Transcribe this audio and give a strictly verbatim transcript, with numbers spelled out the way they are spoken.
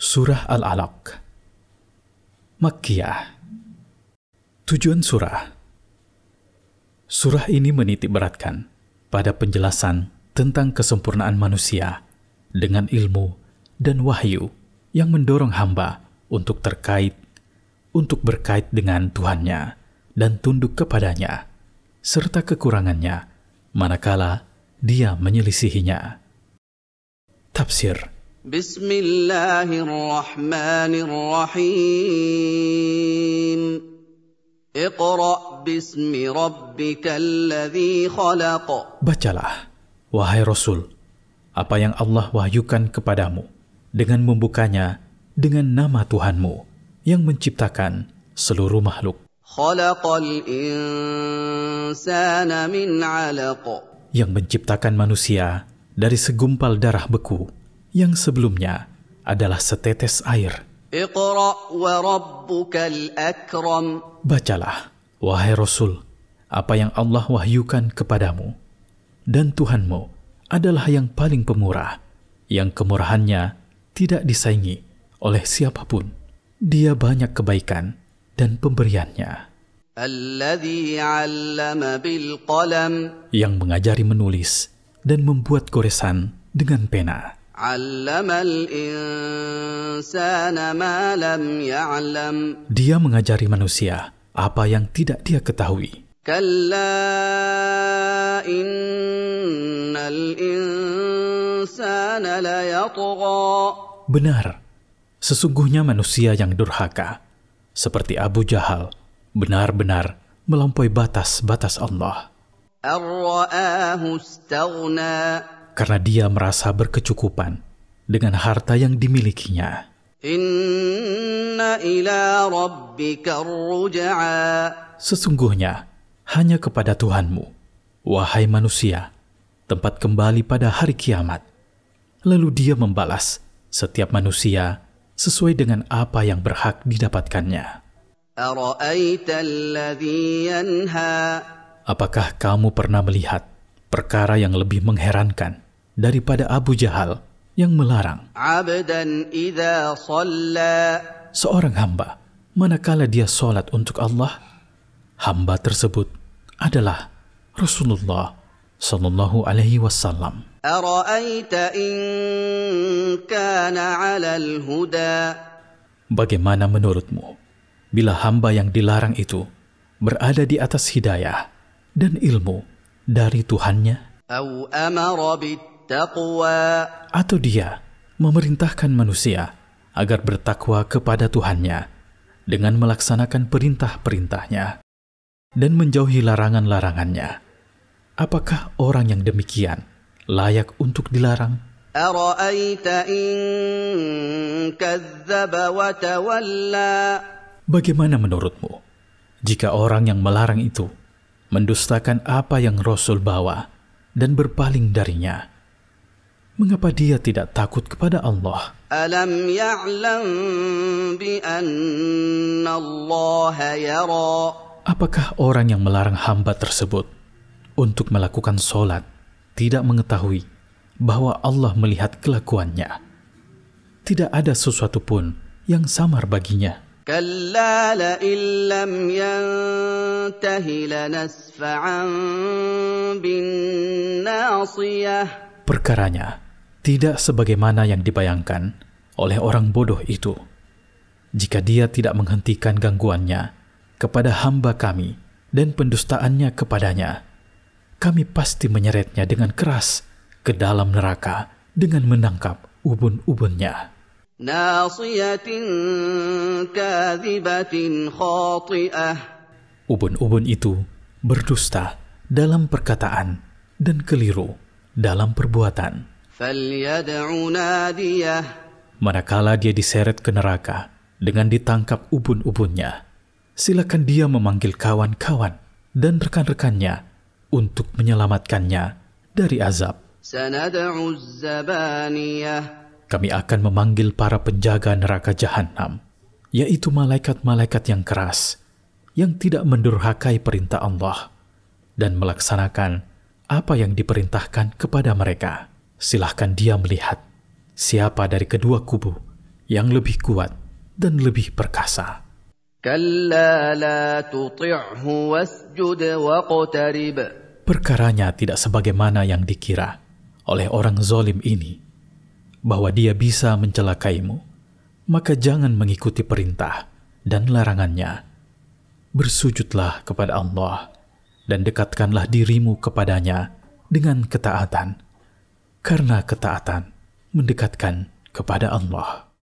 Surah Al-Alaq Makkiyah. Tujuan surah. Surah ini menitik beratkan pada penjelasan tentang kesempurnaan manusia dengan ilmu dan wahyu yang mendorong hamba untuk terkait, untuk berkait dengan Tuhannya dan tunduk kepadanya, serta kekurangannya manakala dia menyelisihinya. Tafsir. Bismillahirrahmanirrahim. Iqra' bismi rabbikal ladzi khalaq. Bacalah, wahai Rasul, apa yang Allah wahyukan kepadamu, dengan membukanya dengan nama Tuhanmu yang menciptakan seluruh makhluk. Khalaqal insana min 'alaq. Yang menciptakan manusia dari segumpal darah beku yang sebelumnya adalah setetes air. Iqra' wa rabbukal akram. Bacalah, wahai Rasul, apa yang Allah wahyukan kepadamu, dan Tuhanmu adalah yang paling pemurah, yang kemurahannya tidak disaingi oleh siapapun. Dia banyak kebaikan dan pemberiannya. Alladzi 'allama bil qalam. Yang mengajari menulis dan membuat goresan dengan pena. 'Allamal insana ma lam ya'lam. Dia mengajari manusia apa yang tidak dia ketahui. Kalla innal insana la yatgha. Benar, sesungguhnya manusia yang durhaka, seperti Abu Jahal, benar-benar melampaui batas-batas Allah. Ar-ra'ahu istaghna. Karena dia merasa berkecukupan dengan harta yang dimilikinya. Inna ila rabbika ar-ruj'a. Sesungguhnya hanya kepada Tuhanmu, wahai manusia, tempat kembali pada hari kiamat. Lalu dia membalas setiap manusia sesuai dengan apa yang berhak didapatkannya. Ara'aita alladhi yanha. Apakah kamu pernah melihat perkara yang lebih mengherankan daripada Abu Jahal yang melarang 'abdan idza shalla. Seorang hamba manakala dia sholat untuk Allah? Hamba tersebut adalah Rasulullah sallallahu alaihi wasallam. Ara'aita in kana 'alal huda. Bagaimana menurutmu bila hamba yang dilarang itu berada di atas hidayah dan ilmu dari Tuhannya? Au amara bittaqwa. Atau dia memerintahkan manusia agar bertakwa kepada Tuhannya dengan melaksanakan perintah-perintahnya dan menjauhi larangan-larangannya. Apakah orang yang demikian layak untuk dilarang? Ara'aita in kadzdzaba wa tawalla. Bagaimana menurutmu jika orang yang melarang itu mendustakan apa yang Rasul bawa dan berpaling darinya? Mengapa dia tidak takut kepada Allah? Alam ya'lam bi anna Allah yara. Apakah orang yang melarang hamba tersebut untuk melakukan sholat tidak mengetahui bahwa Allah melihat kelakuannya? Tidak ada sesuatu pun yang samar baginya. Kalla la illam yantahi lanasfa'an bin nasiyah. Perkaranya tidak sebagaimana yang dibayangkan oleh orang bodoh itu. Jika dia tidak menghentikan gangguannya kepada hamba kami dan pendustaannya kepadanya, kami pasti menyeretnya dengan keras ke dalam neraka dengan menangkap ubun-ubunnya. Nasiyatin kadhibatin khati'ah. Ubun-ubun itu berdusta dalam perkataan dan keliru dalam perbuatan. Falyad'u nadiyah. Manakala dia diseret ke neraka dengan ditangkap ubun-ubunnya, silakan dia memanggil kawan-kawan dan rekan-rekannya untuk menyelamatkannya dari azab. Sanad'u zabaniyah. Kami akan memanggil para penjaga neraka Jahannam, yaitu malaikat-malaikat yang keras, yang tidak mendurhakai perintah Allah dan melaksanakan apa yang diperintahkan kepada mereka. Silahkan dia melihat siapa dari kedua kubu yang lebih kuat dan lebih perkasa. كلا لا تطعه واسجد واقترب. Perkaranya tidak sebagaimana yang dikira oleh orang zalim ini, bahwa dia bisa mencelakaimu, maka jangan mengikuti perintah dan larangannya. Bersujudlah kepada Allah dan dekatkanlah dirimu kepadanya dengan ketaatan, karena ketaatan mendekatkan kepada Allah.